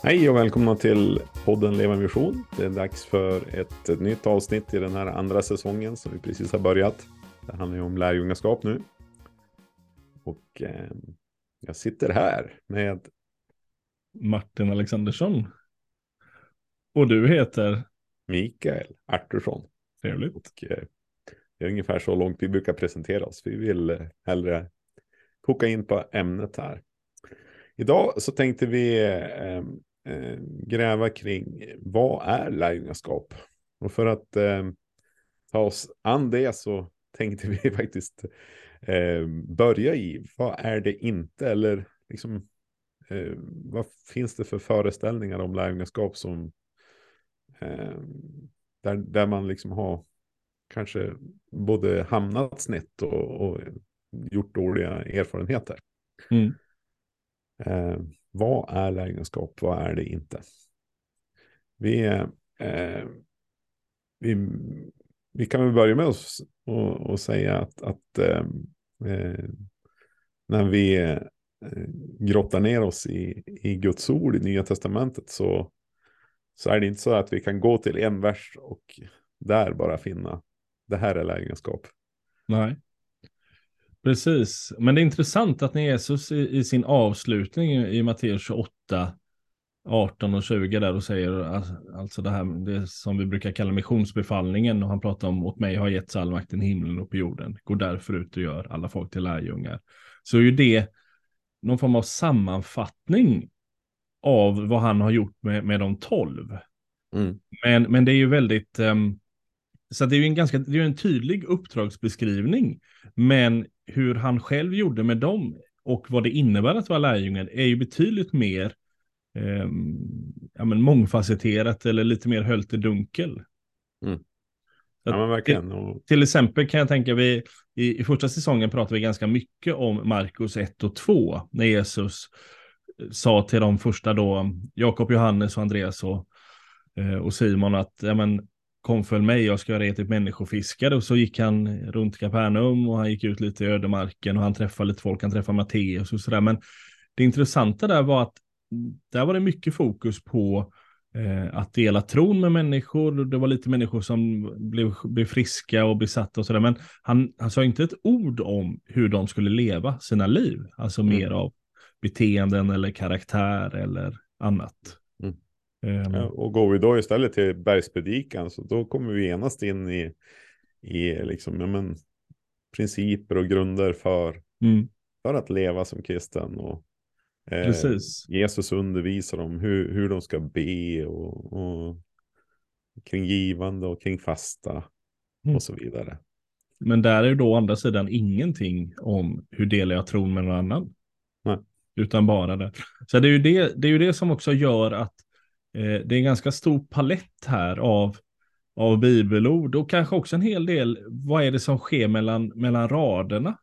Hej och välkomna till podden Leva Vision. Det är dags för ett nytt avsnitt i den här andra säsongen som vi precis har börjat. Det handlar ju om lärjungaskap nu. Och jag sitter här med Martin Alexandersson. Och du heter? Mikael Artursson. Trevligt. Och det är ungefär så långt vi brukar presentera oss. Vi vill hellre koka in på ämnet här. Idag så tänkte vi gräva kring vad är lärjungaskap? Och för att ta oss an det så tänkte vi faktiskt börja i vad är det inte, eller liksom vad finns det för föreställningar om lärjungaskap som där man liksom har kanske både hamnat snett och gjort dåliga erfarenheter. Mm. Vad är lärjungaskap? Vad är det inte? Vi kan väl börja med oss och säga att när vi grottar ner oss i Guds ord i Nya Testamentet så är det inte så att vi kan gå till en vers och där bara finna det här är lärjungaskap. Nej. Precis. Men det är intressant att när Jesus i sin avslutning i Matteus 28, 18 och 20 där och säger alltså det som vi brukar kalla missionsbefallningen, och han pratar om åt mig har getts all makten i himlen och på jorden. Gå därför ut och gör alla folk till lärjungar. Så är ju det någon form av sammanfattning av vad han har gjort med de 12. Men det är ju väldigt så det är ju det är en tydlig uppdragsbeskrivning, men hur han själv gjorde med dem och vad det innebär att vara lärjungen är ju betydligt mer mångfacetterat eller lite mer höljt i dunkel. Ja, men verkligen. Till exempel kan jag tänka i första säsongen pratar vi ganska mycket om Markus 1 och 2 när Jesus sa till de första då Jakob, Johannes och Andreas och Simon att kom följ mig, jag ska göra er till människofiskare. Och så gick han runt Kapernaum och han gick ut lite i ödemarken och han träffade lite folk, han träffade Matteus och sådär. Men det intressanta där var att där var det mycket fokus på att dela tron med människor. Det var lite människor som blev friska och besatta och sådär. Men han sa inte ett ord om hur de skulle leva sina liv. Alltså mer av beteenden eller karaktär eller annat. Ja, och går vi då istället till bergspredikan så då kommer vi genast in i liksom, principer och grunder för att leva som kristen. Och Jesus undervisar om hur de ska be och kring givande och kring fasta och så vidare. Men där är ju då å andra sidan ingenting om hur delar jag tron med någon annan. Nej. Utan bara det. Så det är ju det som också gör att det är en ganska stor palett här av bibelord och kanske också en hel del, vad är det som sker mellan raderna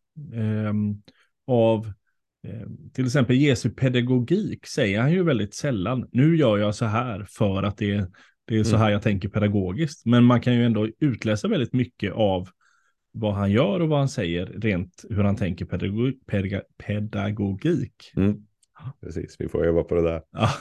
till exempel Jesu pedagogik säger han ju väldigt sällan. Nu gör jag så här för att det är så här jag tänker pedagogiskt. Men man kan ju ändå utläsa väldigt mycket av vad han gör och vad han säger rent hur han tänker pedagogik. Precis, vi får öva på det där. Ja.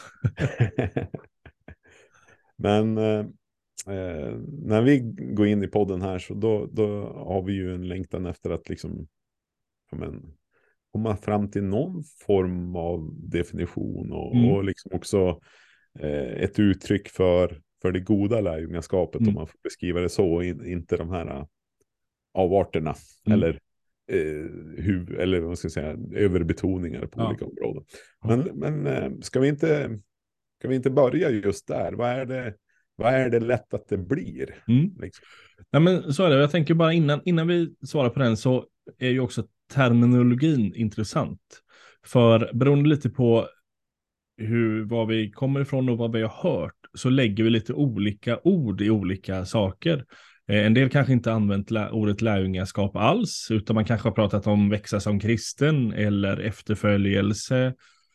Men när vi går in i podden här så då har vi ju en längtan efter att liksom komma fram till någon form av definition och liksom också ett uttryck för det goda lärjungaskapet, om man får beskriva det så, inte de här avarterna eller eller vad ska jag säga, överbetoningar på olika områden. Men ska vi inte börja just där? Vad är det lätt att det blir? Liksom? Nej, men så är det. Jag tänker bara innan vi svarar på den så är ju också terminologin intressant. För beroende lite på var vi kommer ifrån och vad vi har hört så lägger vi lite olika ord i olika saker. En del kanske inte använt ordet lärjungaskap alls, utan man kanske har pratat om växa som kristen eller efterföljelse,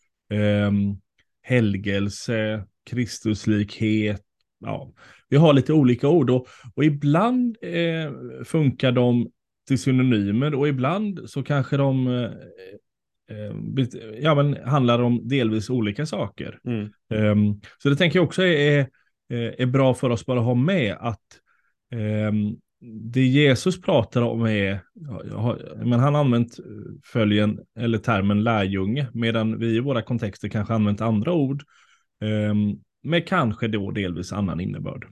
helgelse, Kristuslikhet. Ja, vi har lite olika ord och ibland funkar de till synonymer och ibland så kanske de ja, men handlar om delvis olika saker. Mm. Så det tänker jag också är bra för oss bara att ha med att det Jesus pratar om är, men han har använt följen eller termen lärjunge, medan vi i våra kontexter kanske använt andra ord med kanske då delvis annan innebörd.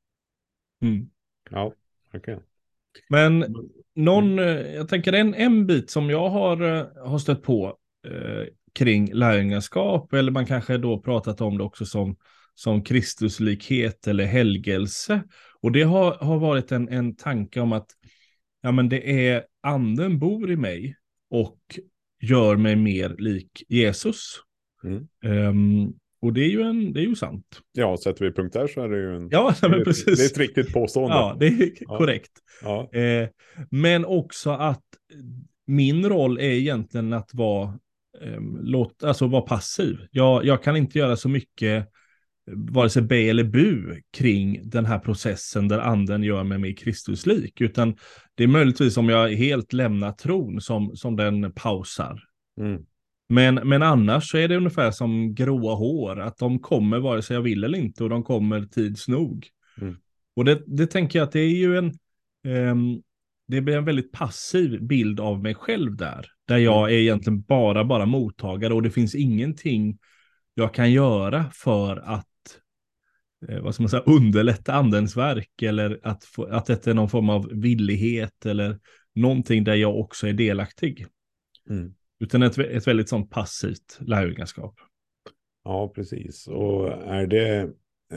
Ja, okej. Men jag tänker en bit som jag har stött på kring lärjungaskap, eller man kanske då pratat om det också som Kristuslikhet eller helgelse. Och det har varit en tanke om att ja, men det är anden bor i mig och gör mig mer lik Jesus. Och det är ju sant. Ja, sätter vi punkt där så är det ju precis. Det är ett riktigt påstående. Ja, det är korrekt. Ja. Men också att min roll är egentligen att vara passiv. Jag kan inte göra så mycket vare sig be eller bu kring den här processen där anden gör mig med Kristuslik, utan det är möjligtvis om jag helt lämnar tron som den pausar. Men annars så är det ungefär som gråa hår, att de kommer vare sig jag vill eller inte, och de kommer tids nog. Och det tänker jag att det är ju det blir en väldigt passiv bild av mig själv där jag är egentligen bara mottagare, och det finns ingenting jag kan göra för att underlätta andens verk, eller att det är någon form av villighet eller någonting där jag också är delaktig. Utan ett väldigt sånt passivt lärjungaskap. Ja, precis. Och är det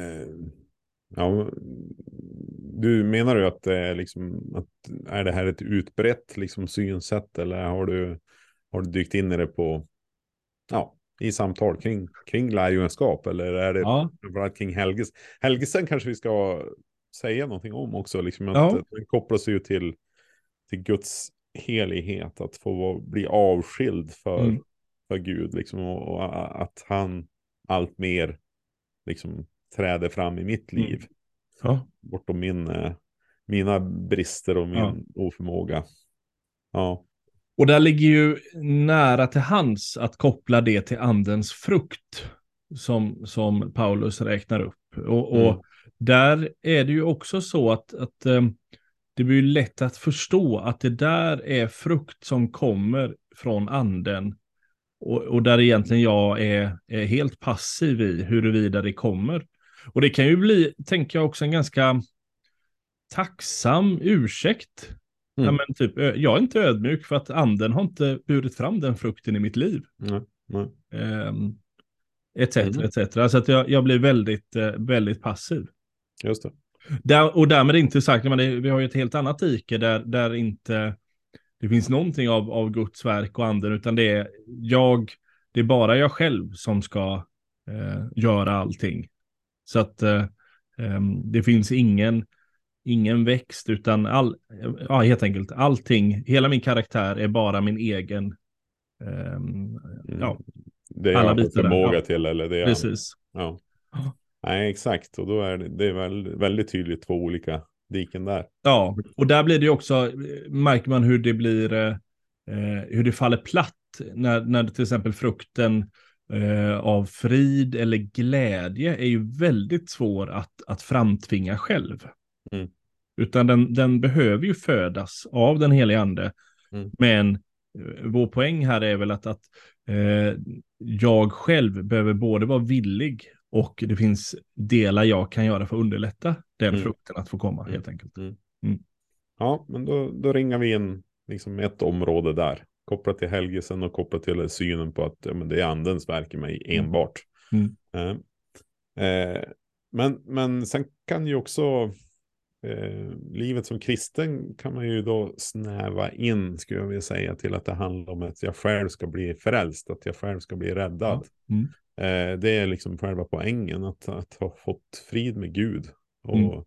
du menar ju att det är liksom är det här ett utbrett liksom synsätt, eller har du dykt in i det på i samtal kring lärjungaskap, eller är det bara kring helgelsen kanske vi ska säga någonting om också, liksom att den kopplas ju till Guds helighet, att få bli avskild för Gud liksom, och att han allt mer liksom träder fram i mitt liv bortom mina brister och min oförmåga. Och där ligger ju nära till hands att koppla det till andens frukt som Paulus räknar upp. Och där är det ju också så att det blir lätt att förstå att det där är frukt som kommer från anden, och där egentligen jag är helt passiv i huruvida det kommer. Och det kan ju bli, tänker jag, också en ganska tacksam ursäkt. Ja, men typ, jag är inte ödmjuk för att anden har inte burit fram den frukten i mitt liv. Etc. Alltså att jag blir väldigt, väldigt passiv. Just det. Och därmed inte sagt, men vi har ju ett helt annat dike där inte det finns någonting av Guds verk och anden, utan det är bara jag själv som ska göra allting. Så att det finns ingen växt, utan helt enkelt allting, hela min karaktär är bara min egen det jag alla har bitar förmåga till, eller det precis. Nej, exakt, och då är det väl väldigt tydligt två olika diken där. Ja, och där blir det ju också, märker man hur det blir hur det faller platt när till exempel frukten av frid eller glädje är ju väldigt svår att framtvinga själv. Utan den behöver ju födas av den heliga ande. Men vår poäng här är väl att jag själv behöver både vara villig, och det finns delar jag kan göra för att underlätta den frukten att få komma, helt enkelt. Ja, men då ringar vi in liksom ett område där, kopplat till helgelsen och kopplat till synen på att men det är andens verk i mig enbart. Men sen kan ju också livet som kristen kan man ju då snäva in, skulle jag vilja säga, till att det handlar om att jag själv ska bli frälst, att jag själv ska bli räddad. Det är liksom själva poängen, att ha fått frid med Gud och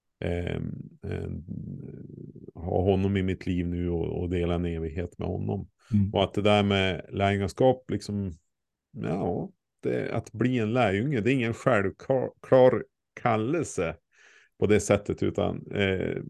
ha honom i mitt liv nu och dela en evighet med honom. Och att det där med lärjungaskap liksom, att bli en lärjunge, det är ingen självklar kallelse på det sättet, utan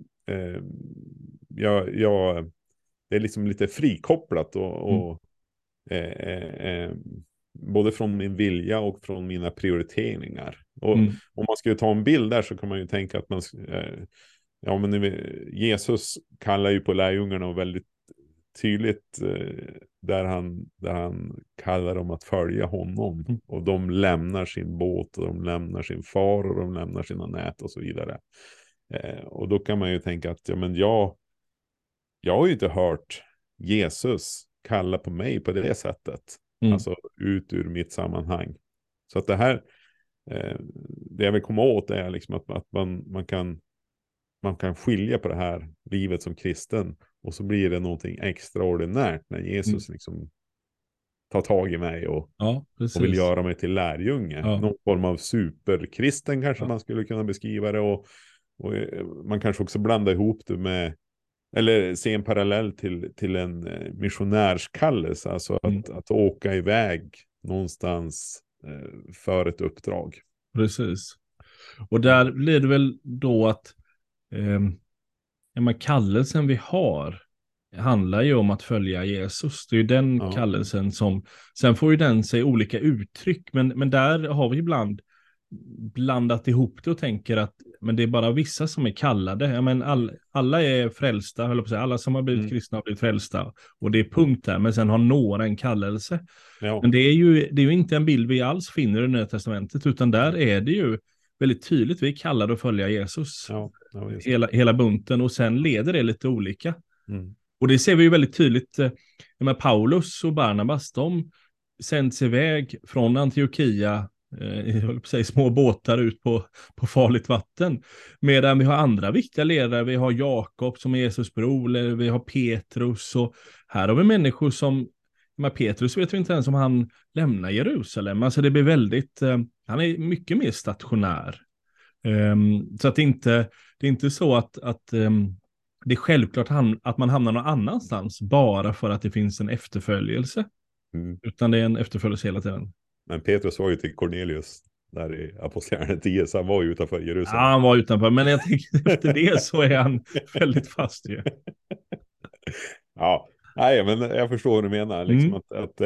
det är liksom lite frikopplat och både från min vilja och från mina prioriteringar. Och Mm. om man skulle ta en bild där så kan man ju tänka att ja, men Jesus kallar ju på lärjungarna och väldigt tydligt där han kallar dem att följa honom. Mm. Och de lämnar sin båt och de lämnar sin far och de lämnar sina nät och så vidare. Och då kan man ju tänka att ja, men jag har ju inte hört Jesus kalla på mig på det sättet. Mm. Alltså ut ur mitt sammanhang. Så att det här, det jag vill komma åt är liksom att man kan skilja på det här livet som kristen. Och så blir det någonting extraordinärt när Jesus liksom tar tag i mig och vill göra mig till lärjunge. Ja. Någon form av superkristen kanske Ja. man skulle kunna beskriva det. Och man kanske också blandar ihop det med, eller se en parallell till en missionärskallelse. Alltså att åka iväg någonstans för ett uppdrag. Precis. Och där blir det väl då att kallelsen vi har handlar ju om att följa Jesus. Det är ju den kallelsen som, sen får ju den sig olika uttryck, men där har vi ibland blandat ihop det och tänker att men det är bara vissa som är kallade. Alla är frälsta, höll jag på att säga. Alla som har blivit kristna har blivit frälsta. Och det är punkt där, men sen har några en kallelse. Ja. Men det är ju inte en bild vi alls finner i det Nya Testamentet, utan där är det ju väldigt tydligt, vi är kallade att följa Jesus. Ja, hela bunten, och sen leder det lite olika. Och det ser vi ju väldigt tydligt med Paulus och Barnabas. De sänds iväg från Antiochia, jag håller på att säga, små båtar ut på farligt vatten. Medan vi har andra viktiga ledare. Vi har Jakob som är Jesus bror, eller vi har Petrus, och här har vi människor som, med Petrus vet vi inte ens om han lämnar Jerusalem. Alltså det blir väldigt, han är mycket mer stationär. Så att det är inte så att det är självklart att man hamnar någon annanstans bara för att det finns en efterföljelse. Utan det är en efterföljelse hela tiden. Men Petrus var ju till Cornelius där i Apostlagärningarna 10, så han var ju utanför Jerusalem. Ja, han var utanför, men jag tänker efter det så är han väldigt fast ju. Ja, nej, men jag förstår vad du menar. Liksom att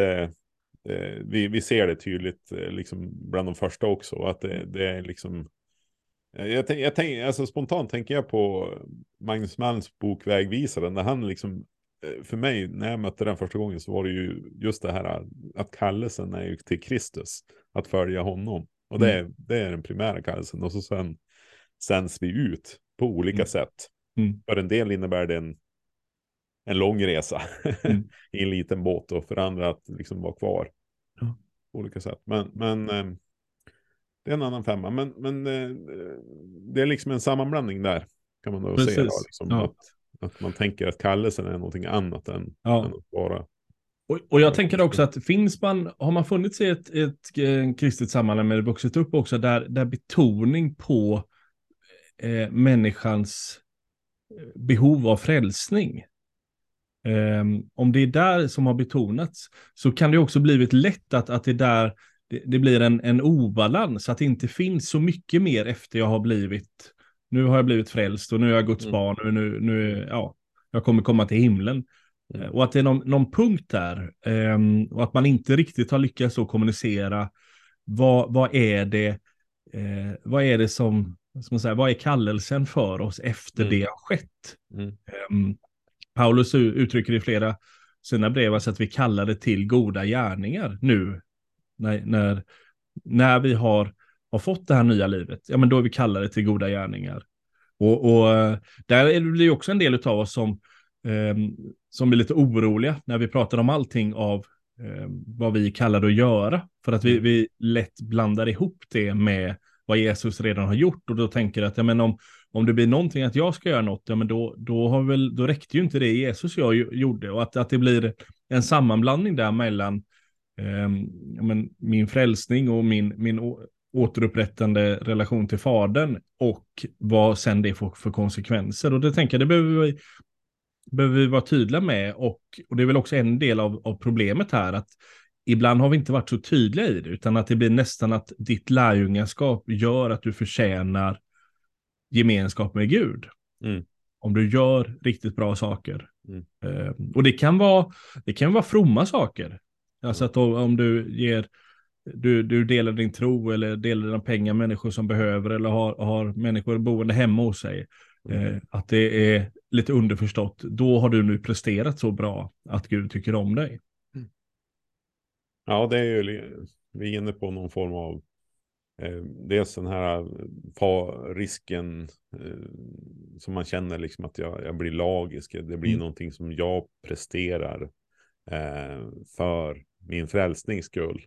vi ser det tydligt liksom bland de första också. Att det är liksom... Jag tänker, alltså spontant tänker jag på Magnus Malms bok Vägvisaren, där han liksom, för mig när jag mötte den första gången så var det ju just det här att kallelsen är ju till Kristus, att följa honom, och det är den primära kallelsen, och så sen sänds vi ut på olika sätt. För en del innebär det en lång resa i en liten båt, och för andra att liksom vara kvar på olika sätt, men det är en annan femma, men det är liksom en sammanblandning där, kan man då säga. Liksom, att man tänker att kallelsen är någonting annat än att vara. Och jag tänker också att har man funnits i ett kristet sammanhang med det vuxit upp också, där betoning på människans behov av frälsning. Om det är där som har betonats, så kan det också blivit lätt att det där det blir en obalans, att det inte finns så mycket mer efter jag har blivit, nu har jag blivit frälst och nu är jag Guds barn och nu jag kommer komma till himlen. Och att det är någon punkt där, och att man inte riktigt har lyckats att kommunicera vad är det som, ska man säga, vad är kallelsen för oss efter det har skett. Paulus uttrycker i flera sina brev att vi kallar det till goda gärningar nu. När vi har fått det här nya livet, ja, men då är vi kallade till goda gärningar. Och där är det ju också en del av oss som blir lite oroliga när vi pratar om allting av vad vi kallade att göra. För att vi lätt blandar ihop det med vad Jesus redan har gjort, och då tänker att om det blir någonting att jag ska göra något, ja, men då räckte ju inte det Jesus gjorde, och att det blir en sammanblandning där mellan min frälsning och min återupprättande relation till fadern och vad sen det får för konsekvenser. Och det tänker jag, det behöver vi vara tydliga med, och det är väl också en del av problemet här, att ibland har vi inte varit så tydliga i det, utan att det blir nästan att ditt lärjungaskap gör att du förtjänar gemenskap med Gud. Om du gör riktigt bra saker. Och det kan vara fromma saker. Alltså att om du ger, du delar din tro eller delar dina pengar med människor som behöver eller har människor boende hemma hos sig. Att det är lite underförstått. Då har du nu presterat så bra att Gud tycker om dig. Ja, det är ju, vi är inne på någon form av dels den här risken som man känner liksom att jag blir lagisk. Det blir någonting som jag presterar för min frälsnings skull.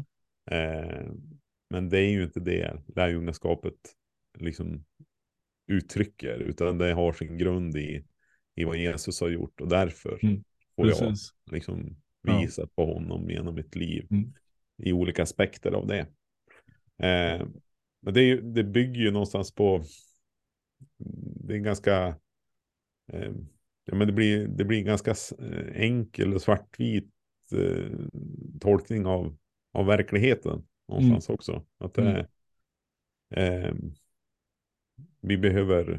Men det är ju inte det lärjungaskapet liksom uttrycker, utan det har sin grund i vad Jesus har gjort, och därför får jag liksom visa på honom genom mitt liv i olika aspekter av det. Men det bygger ju någonstans på, det är ganska ja, men det blir ganska enkel och svartvit tolkning av verkligheten någonstans också. Att det vi behöver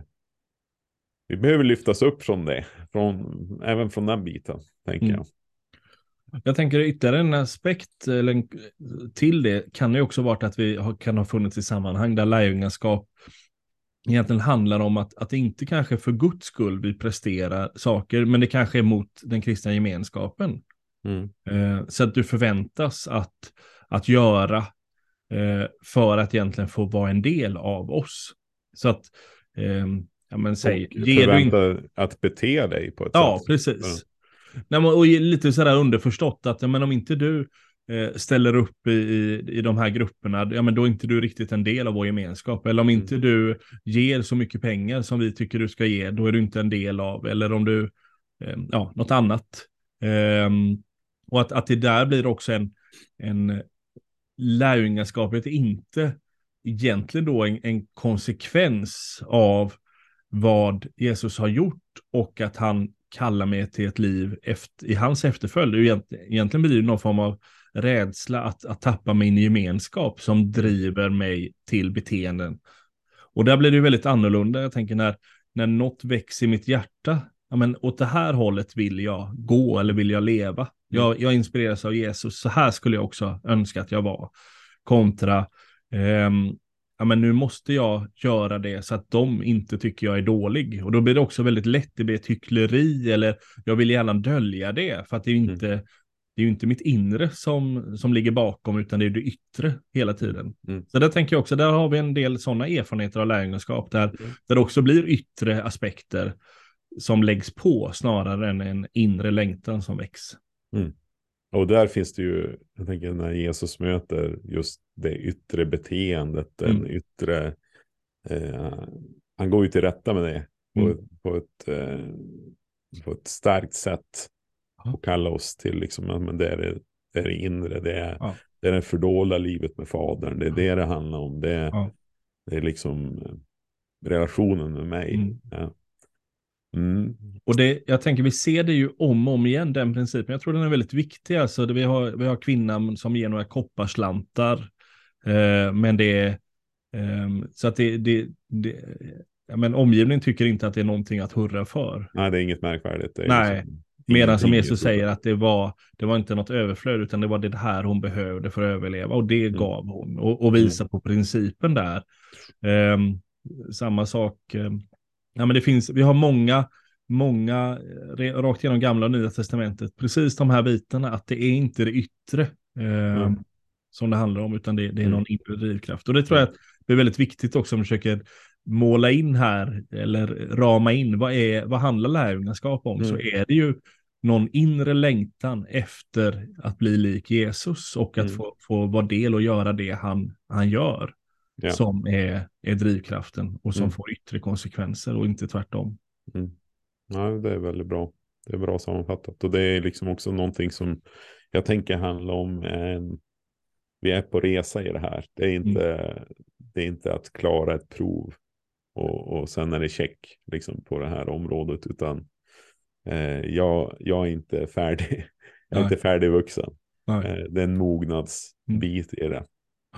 lyftas upp från det, även från den biten, tänker jag. Jag tänker ytterligare en aspekt eller till det kan ju också vara att vi kan ha funnits i sammanhang där lärjungaskap egentligen handlar om att det inte kanske för Guds skull vi presterar saker, men det kanske är mot den kristna gemenskapen. Så att du förväntas att göra för att egentligen få vara en del av oss. Så att ja, men säg, ger du inte att bete dig på ett sätt. Ja, precis. Och lite sådär underförstått att men om inte du ställer upp i de här grupperna, ja, men då är inte du riktigt en del av vår gemenskap. Eller om inte du ger så mycket pengar som vi tycker du ska ge, då är du inte en del av. Eller om du, något annat. Och att det där blir också en lärjungaskapet är inte egentligen då en konsekvens av vad Jesus har gjort och att han kallar mig till ett liv i hans efterföljd. Egentligen blir det någon form av rädsla att tappa min gemenskap som driver mig till beteenden. Och där blir det ju väldigt annorlunda. Jag tänker när något växer i mitt hjärta, ja, men åt det här hållet vill jag gå eller vill jag leva. Jag inspireras av Jesus, så här skulle jag också önska att jag var. Kontra ja, men nu måste jag göra det så att de inte tycker jag är dålig. Och då blir det också väldigt lätt, det blir ett hyckleri, eller jag vill gärna dölja det, för att det är ju inte mitt inre som ligger bakom, utan det är det yttre hela tiden. Så där tänker jag också, där har vi en del sådana erfarenheter av lärjungaskap, där det också blir yttre aspekter som läggs på snarare än en inre längtan som väcks. Och där finns det ju, jag tänker när Jesus möter just det yttre beteendet, den yttre, han går ju till rätta med det på ett starkt sätt och kallar oss till liksom, men det är det inre, det är det fördolda livet med fadern, det är det handlar om, det är liksom relationen med mig. Och jag tänker vi ser det ju om och om igen, den principen. Jag tror den är väldigt viktig. Alltså, vi har kvinnan som ger några kopparslantar. Men det så att men omgivningen tycker inte att det är någonting att hurra för. Nej, det är inget märkvärdigt. Det är Nej, liksom medan som Jesus säger att det var inte något överflöd, utan det var det här hon behövde för att överleva. Och det gav hon. Och visa på principen där. Samma sak. Ja, men vi har många rakt igenom gamla och nya testamentet, precis de här bitarna, att det är inte det yttre som det handlar om, utan det är någon inre drivkraft. Och det tror jag att det är väldigt viktigt också om man försöker måla in här, eller rama in, vad handlar lärjungaskap om? Så är det ju någon inre längtan efter att bli lik Jesus och att få vara del och göra det han gör. Som är drivkraften och som får yttre konsekvenser och inte tvärtom. Ja, det är väldigt bra. Det är bra sammanfattat. Och det är liksom också någonting som jag tänker handla om vi är på resa i det här. Det är inte att klara ett prov och sen är det check liksom på det här området, utan jag är inte färdig. Jag är inte färdigvuxen. Det är en mognadsbit i det.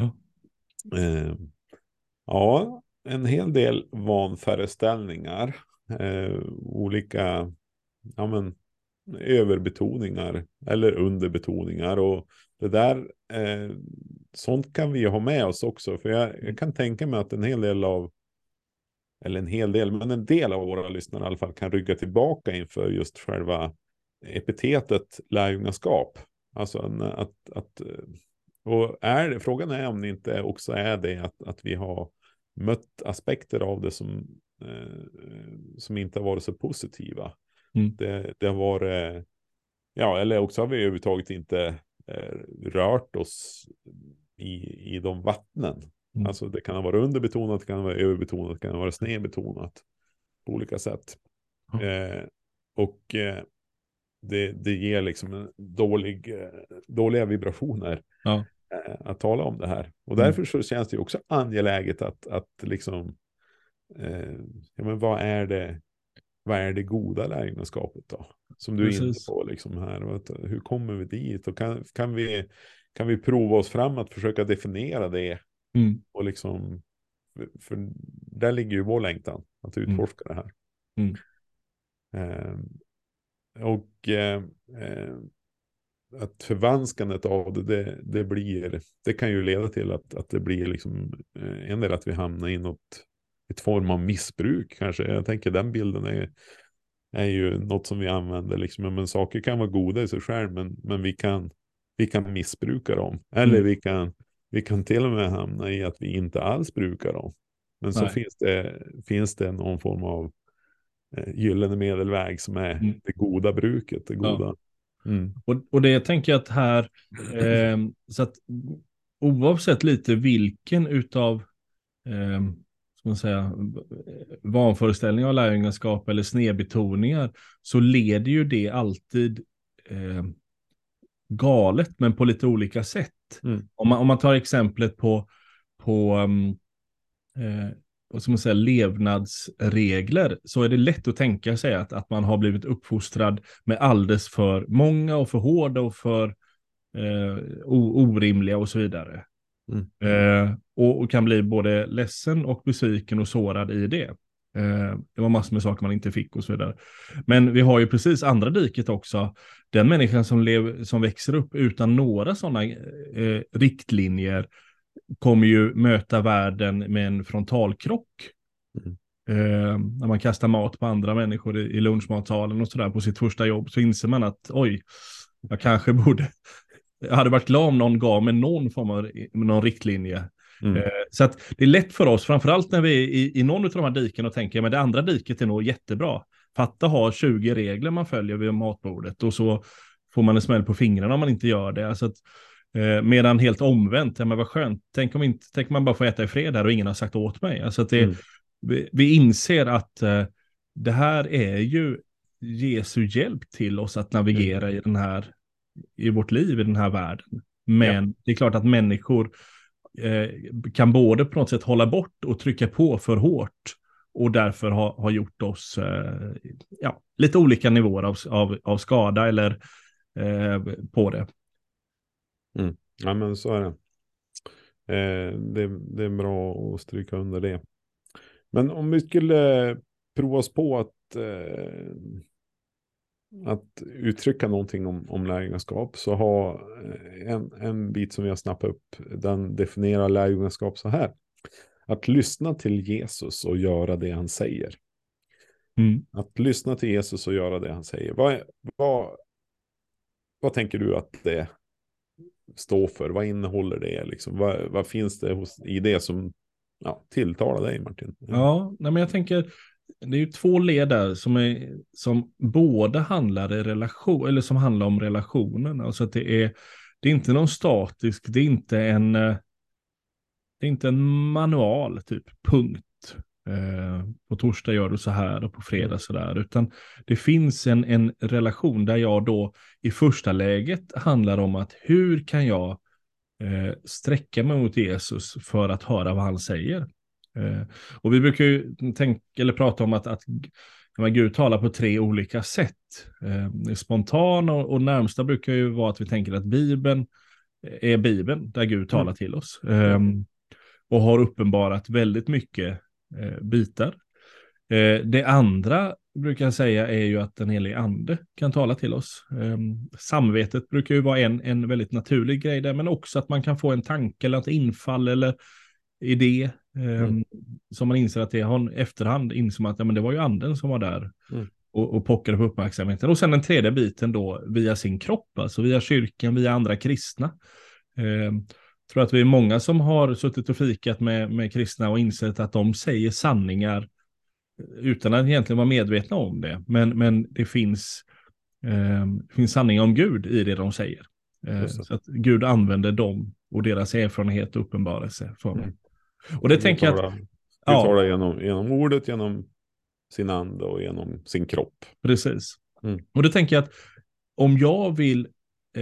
Ja, en hel del vanföreställningar, olika överbetoningar eller underbetoningar. Och det där, sånt kan vi ha med oss också. För jag kan tänka mig att en hel del av, eller en hel del, men en del av våra lyssnare i alla fall kan rygga tillbaka inför just själva epitetet lärjungaskap. Alltså och frågan är om det inte också är det att vi har mött aspekter av det som inte har varit så positiva. Det har varit, ja, eller också har vi överhuvudtaget inte rört oss i de vattnen. Alltså det kan ha varit underbetonat, det kan ha varit överbetonat, det kan ha varit snedbetonat på olika sätt. Det ger liksom en dåliga vibrationer att tala om det här. Och därför så känns det också angeläget att liksom men vad är det goda lärjungaskapet då? Som du är inne på liksom här. Hur kommer vi dit? Och kan vi prova oss fram att försöka definiera det? Och liksom, för där ligger ju vår längtan att utforska det här. Att förvanskandet av det kan ju leda till att det blir liksom en del att vi hamnar i ett form av missbruk kanske. Jag tänker den bilden är ju något som vi använder liksom, men saker kan vara goda i sig själv, men vi kan missbruka dem. Eller vi kan till och med hamna i att vi inte alls brukar dem. Men så finns det någon form av gyllene medelväg som är det goda bruket, det goda. Och det tänker jag att här, så att oavsett lite vilken utav ska man säga, vanföreställningar av lärjungaskap eller snedbetoningar, så leder ju det alltid galet, men på lite olika sätt. Om man tar exemplet på vad ska man säga, levnadsregler, så är det lätt att tänka sig att man har blivit uppfostrad med alldeles för många och för hårda och för orimliga och så vidare. Och kan bli både ledsen och besviken och sårad i det. Det var massor med saker man inte fick och så vidare. Men vi har ju precis andra diket också. Den människan som växer upp utan några sådana riktlinjer kommer ju möta världen med en frontalkrock. När man kastar mat på andra människor i lunchmatsalen och sådär på sitt första jobb, så inser man att oj, jag hade varit glad om någon gav mig någon form av någon riktlinje. Så att det är lätt för oss, framförallt när vi är i någon av de här diken och tänker, men det andra diket är nog jättebra. Fatta ha 20 regler man följer vid matbordet och så får man en smäll på fingrarna om man inte gör det. Alltså att, medan helt omvänt, men vad skönt. Tänk man bara får äta i fred här och ingen har sagt åt mig. Alltså att vi inser att det här är ju Jesu hjälp till oss att navigera i vårt liv, i den här världen. Men det är klart att människor kan både på något sätt hålla bort och trycka på för hårt, och därför har gjort oss lite olika nivåer av skada eller på det. Ja, men så är det. Det är bra att stryka under det. Men om vi skulle prova oss på att uttrycka någonting om lärjungaskap, så ha en bit som vi har snappat upp, den definierar lärjungaskap så här: att lyssna till Jesus och göra det han säger. Att lyssna till Jesus och göra det han säger. Vad tänker du att det står för? Vad innehåller det liksom? Vad finns det i det som tilltalar dig, Martin? Men jag tänker, det är ju två led där som båda handlar i relation, eller som handlar om relationen. Alltså att det är inte någon statisk, det är inte en manual typ, punkt. På torsdag gör du så här och på fredag så där, utan det finns en relation där jag då i första läget handlar om att hur kan jag sträcka mig mot Jesus för att höra vad han säger. Och vi brukar ju prata om att Gud talar på 3 olika sätt. Spontan och närmsta brukar ju vara att vi tänker att Bibeln är Bibeln där Gud talar till oss. Och har uppenbarat väldigt mycket bitar. Det andra brukar jag säga är ju att den helige ande kan tala till oss. Samvetet brukar ju vara en väldigt naturlig grej där, men också att man kan få en tanke eller ett infall eller idé som man inser att det har efterhand inser man att ja, men det var ju anden som var där och pockade på uppmärksamheten. Och sen den tredje biten då via sin kropp, alltså via kyrkan, via andra kristna. Tror att vi är många som har suttit och fikat med kristna och insett att de säger sanningar utan att egentligen vara medvetna om det. Men det finns sanningar om Gud i det de säger. Så att Gud använder dem och deras erfarenhet och uppenbarelse för dem. Och det tänker jag att... Gud talar genom ordet, genom sin ande och genom sin kropp. Precis. Och det tänker jag att om jag vill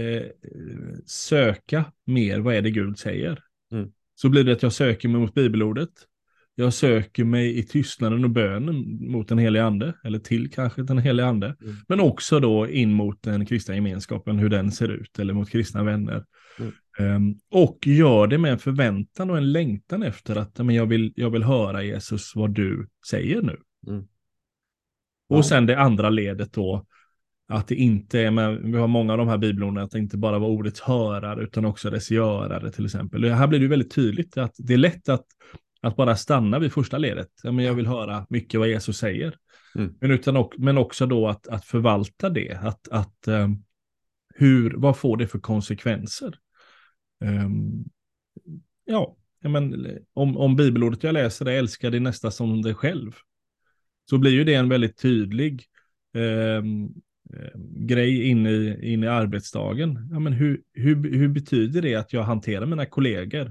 söka mer, vad är det Gud säger? Så blir det att jag söker mig mot bibelordet. Jag söker mig i tystnaden och bönen mot den heliga ande, eller till kanske den heliga ande. Men också då in mot den kristna gemenskapen, hur den ser ut, eller mot kristna vänner. Och gör det med en förväntan och en längtan efter att men jag vill höra Jesus vad du säger nu. Och sen det andra ledet då, att det inte är, men vi har många av de här bibelorden, att det inte bara var ordets hörare utan också dess görare till exempel. Och här blir det väldigt tydligt att det är lätt att bara stanna vid första ledet. Ja, men jag vill höra mycket vad Jesus säger. Men också då att förvalta det. Vad får det för konsekvenser? Om bibelordet jag läser det, älskar det nästa som dig själv, så blir ju det en väldigt tydlig grej in i arbetsdagen. Ja, men hur betyder det att jag hanterar mina kollegor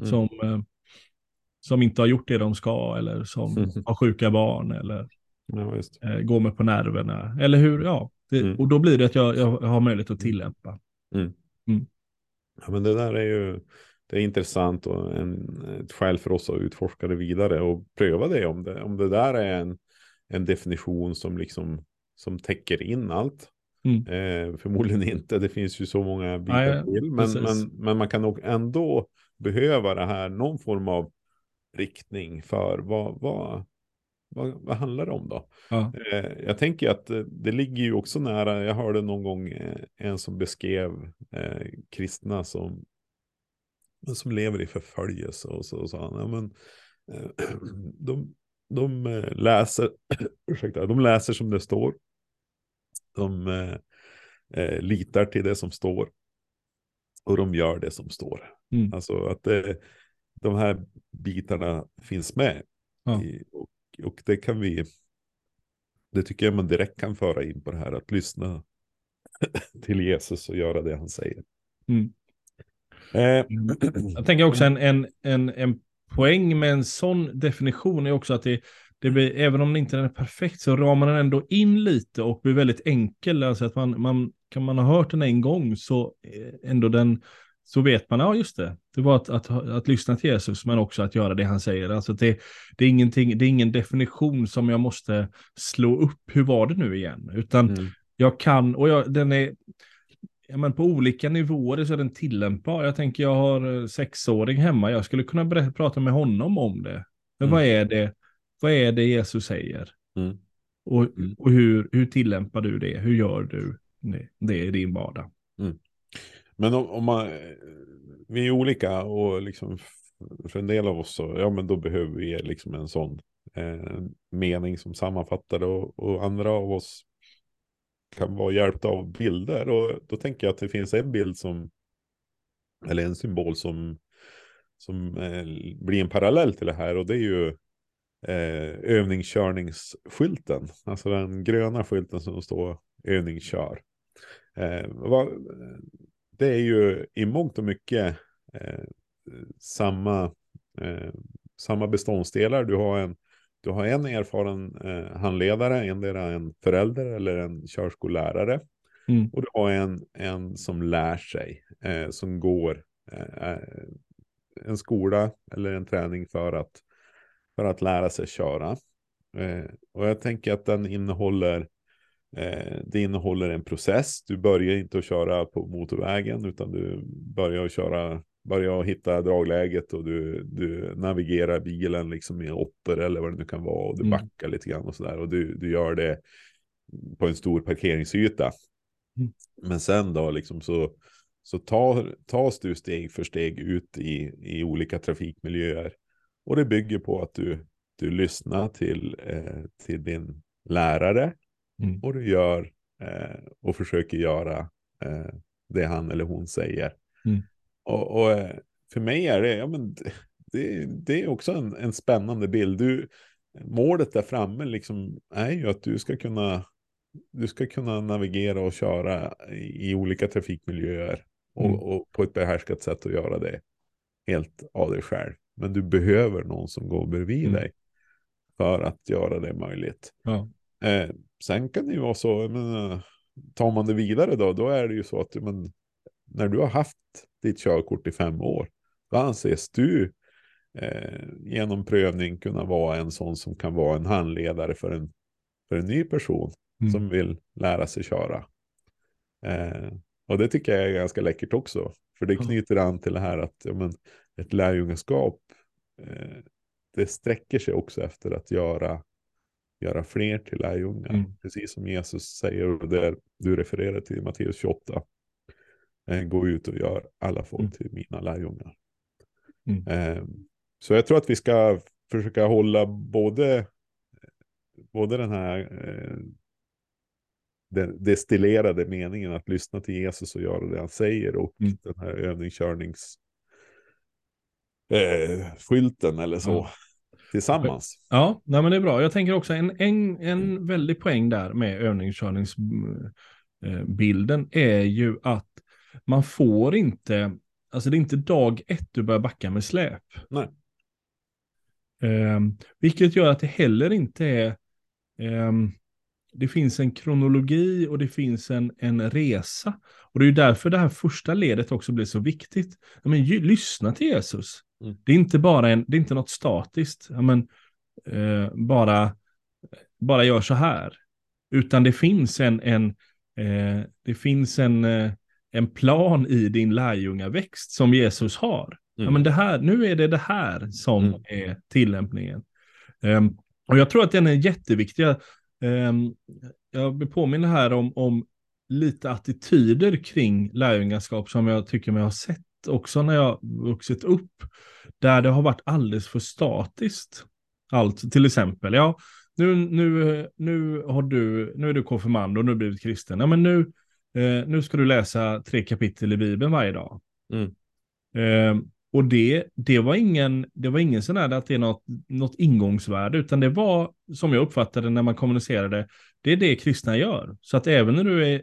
som inte har gjort det de ska, eller som har sjuka barn, eller går med på nerverna, eller hur, och då blir det att jag har möjlighet att tillämpa. Ja, men det där är ju det är intressant och ett skäl för oss att utforska det vidare och pröva det om det där är en definition som liksom som täcker in allt. Förmodligen inte, det finns ju så många bitar till, men man kan nog ändå behöva det här, någon form av riktning för vad handlar det om då? Jag tänker att det ligger ju också nära, jag hörde någon gång en som beskrev kristna som lever i förföljelse och så sa han, ja, men de läser de läser som det står, de litar till det som står och de gör det som står. Alltså att de här bitarna finns med och det kan det tycker jag man direkt kan föra in på det här att lyssna till Jesus och göra det han säger. Jag tänker också en poäng med en sån definition är också att det blir, även om det inte är perfekt, så ramar den ändå in lite och blir väldigt enkel. Alltså att man ha hört den en gång, så ändå så vet man, ja just det. Det var att lyssna till Jesus, men också att göra det han säger. Alltså det är ingenting, det är ingen definition som jag måste slå upp. Hur var det nu igen? Utan jag kan, och den är, men på olika nivåer så är den tillämpbar. Jag tänker, jag har 6-åring hemma. Jag skulle kunna prata med honom om det. Men vad är det Jesus säger? Och hur tillämpar du det? Hur gör du det i din vardag? Men om vi är olika och liksom för en del av oss så, ja men då behöver vi liksom en sån mening som sammanfattar det, och andra av oss kan vara hjälpta av bilder, och då tänker jag att det finns en bild eller en symbol som blir en parallell till det här, och det är ju övningskörningsskylten, alltså den gröna skylten som står övningskör. Det är ju i mångt och mycket samma beståndsdelar. Du har en erfaren handledare, en förälder eller en körskollärare. Och du har en som lär sig, som går en skola eller en träning för att lära sig köra. Och jag tänker att det innehåller en process. Du börjar inte att köra på motorvägen, utan du börjar att köra börjar hitta dragläget och du navigerar bilen liksom i opper eller vad det nu kan vara, och du backar lite grann och sådär, och du gör det på en stor parkeringsyta. Men sen då liksom så tas du steg för steg ut i olika trafikmiljöer, och det bygger på att du lyssnar till din lärare, och du gör och försöker göra det han eller hon säger. Och för mig är det, ja, men det är också en spännande bild. Målet där framme liksom är ju att du ska kunna navigera och köra i olika trafikmiljöer och på ett behärskat sätt att göra det helt av dig själv. Men du behöver någon som går bredvid dig för att göra det möjligt. Ja. Sen kan det ju vara så, tar man det vidare då är det ju så att när du har haft ditt körkort i 5 år, då anses du genom prövning kunna vara en sån som kan vara en handledare för en ny person som vill lära sig köra. Och det tycker jag är ganska läckert också. För det knyter an till det här att ett lärjungaskap, det sträcker sig också efter att göra fler till lärjungar. Precis som Jesus säger, och där du refererar till Matteus 28. Gå ut och gör alla folk till mina lärjungar. Så jag tror att vi ska försöka hålla både den här den destillerade meningen att lyssna till Jesus och göra det han säger, och den här övningskörningsskylten eller så tillsammans. Ja, nej, men det är bra. Jag tänker också en väldig poäng där med övningskörningsbilden är ju att man får inte, alltså det är inte dag 1 du börjar backa med släp. Nej. Vilket gör att det heller inte är det finns en kronologi och det finns en resa. Och det är ju därför det här första ledet också blir så viktigt. Lyssna till Jesus. Det är inte bara det är inte något statiskt. Bara gör så här. Utan det finns en plan i din lärjungaväxt som Jesus har. Nu är det här som är tillämpningen. Och jag tror att den är jätteviktig. Jag påminner här om lite attityder kring lärjungaskap som jag tycker mig ha sett också när jag vuxit upp. Där det har varit alldeles för statiskt. Alltså till exempel, nu är du konfirmand och nu har du blivit kristen. Ja, men nu ska du läsa 3 kapitel i Bibeln varje dag. Och det var ingen sån här att det är något ingångsvärde, utan det var, som jag uppfattade när man kommunicerade, det är det kristna gör. Så att även när du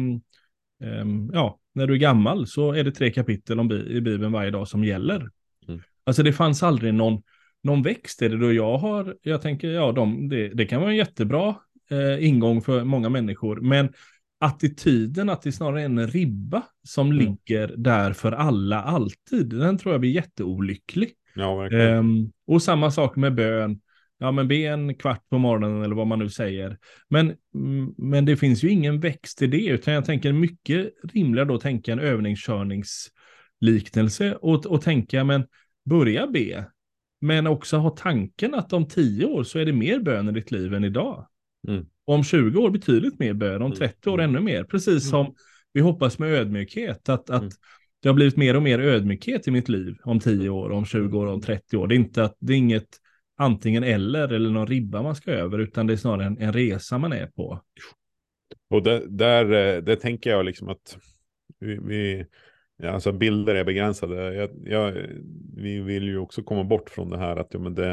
när du är gammal så är det 3 kapitel i Bibeln varje dag som gäller. Alltså det fanns aldrig någon växt i det då jag tänker, det kan vara en jättebra ingång för många människor, men attityden att det snarare är en ribba som ligger där för alla alltid, den tror jag blir jätteolycklig. Ja, verkligen. Och samma sak med bön. Ja, men be en kvart på morgonen eller vad man nu säger. Men det finns ju ingen växt i det, utan jag tänker mycket rimligare då tänka en övningskörningsliknelse och tänka, men börja be. Men också ha tanken att om 10 år så är det mer bön i ditt liv än idag. Om 20 år betydligt mer bön, om 30 år ännu mer. Precis som vi hoppas med ödmjukhet, att det har blivit mer och mer ödmjukhet i mitt liv om 10 år, om 20 år, om 30 år. Det är inget antingen eller någon ribba man ska över, utan det är snarare en resa man är på. Och där tänker jag liksom att alltså bilder är begränsade. Vi vill ju också komma bort från det här att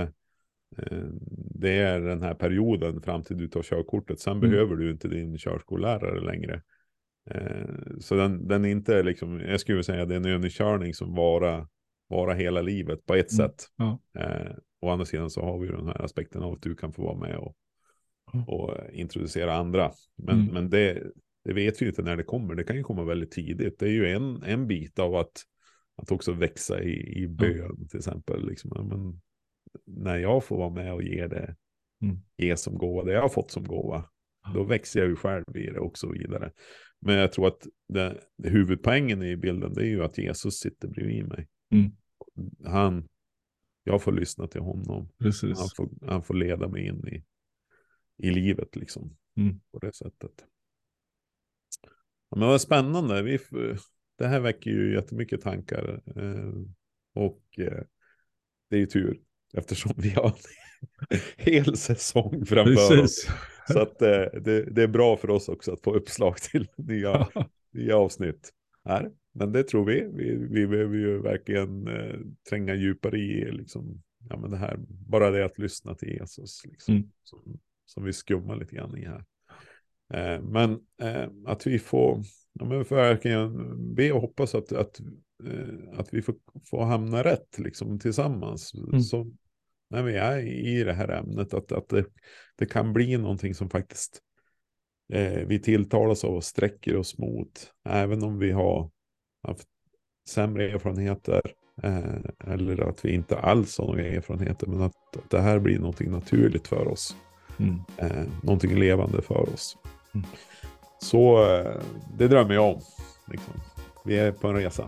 det är den här perioden fram till du tar körkortet. Sen behöver du inte din körskollärare längre. Så den är inte liksom, jag skulle säga det är en övningskörning som vara hela livet på ett sätt. Å andra sidan så har vi ju den här aspekten av att du kan få vara med och introducera andra. Men det vet vi inte när det kommer. Det kan ju komma väldigt tidigt. Det är ju en bit av att också växa i bön till exempel. Liksom. Men när jag får vara med och ge som gåva, det jag har fått som gåva, då växer jag ju själv i det och så vidare. Men jag tror att huvudpoängen i bilden, det är ju att Jesus sitter bredvid mig. Jag får lyssna till honom. Precis. Han får leda mig in i livet liksom. På det sättet. Ja, men vad spännande. Det här väcker ju jättemycket tankar. Och det är ju tur. Eftersom vi har en hel säsong framför oss. Precis. Så att det är bra för oss också att få uppslag till nya avsnitt här. Men det tror vi. Vi behöver ju verkligen tränga djupare i liksom, ja, men det här. Bara det att lyssna till Jesus liksom, som vi skummar lite grann i här. Men att vi får verkligen be och hoppas att vi får hamna rätt liksom, tillsammans. Så när vi är i det här ämnet att det kan bli någonting som faktiskt vi tilltalas av och sträcker oss mot. Även om vi har haft sämre erfarenheter eller att vi inte alls har några erfarenheter, men att det här blir någonting naturligt för oss. Någonting levande för oss. Så det drömmer jag om liksom. Vi är på en resa.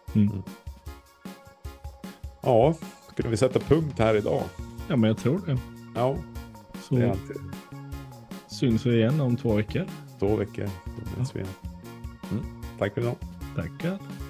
Ja, ska vi sätta punkt här idag? Ja, men jag tror det. Ja, så det är alltid. Syns vi igen om 2 veckor. 2 veckor. Tack för idag. Tackar.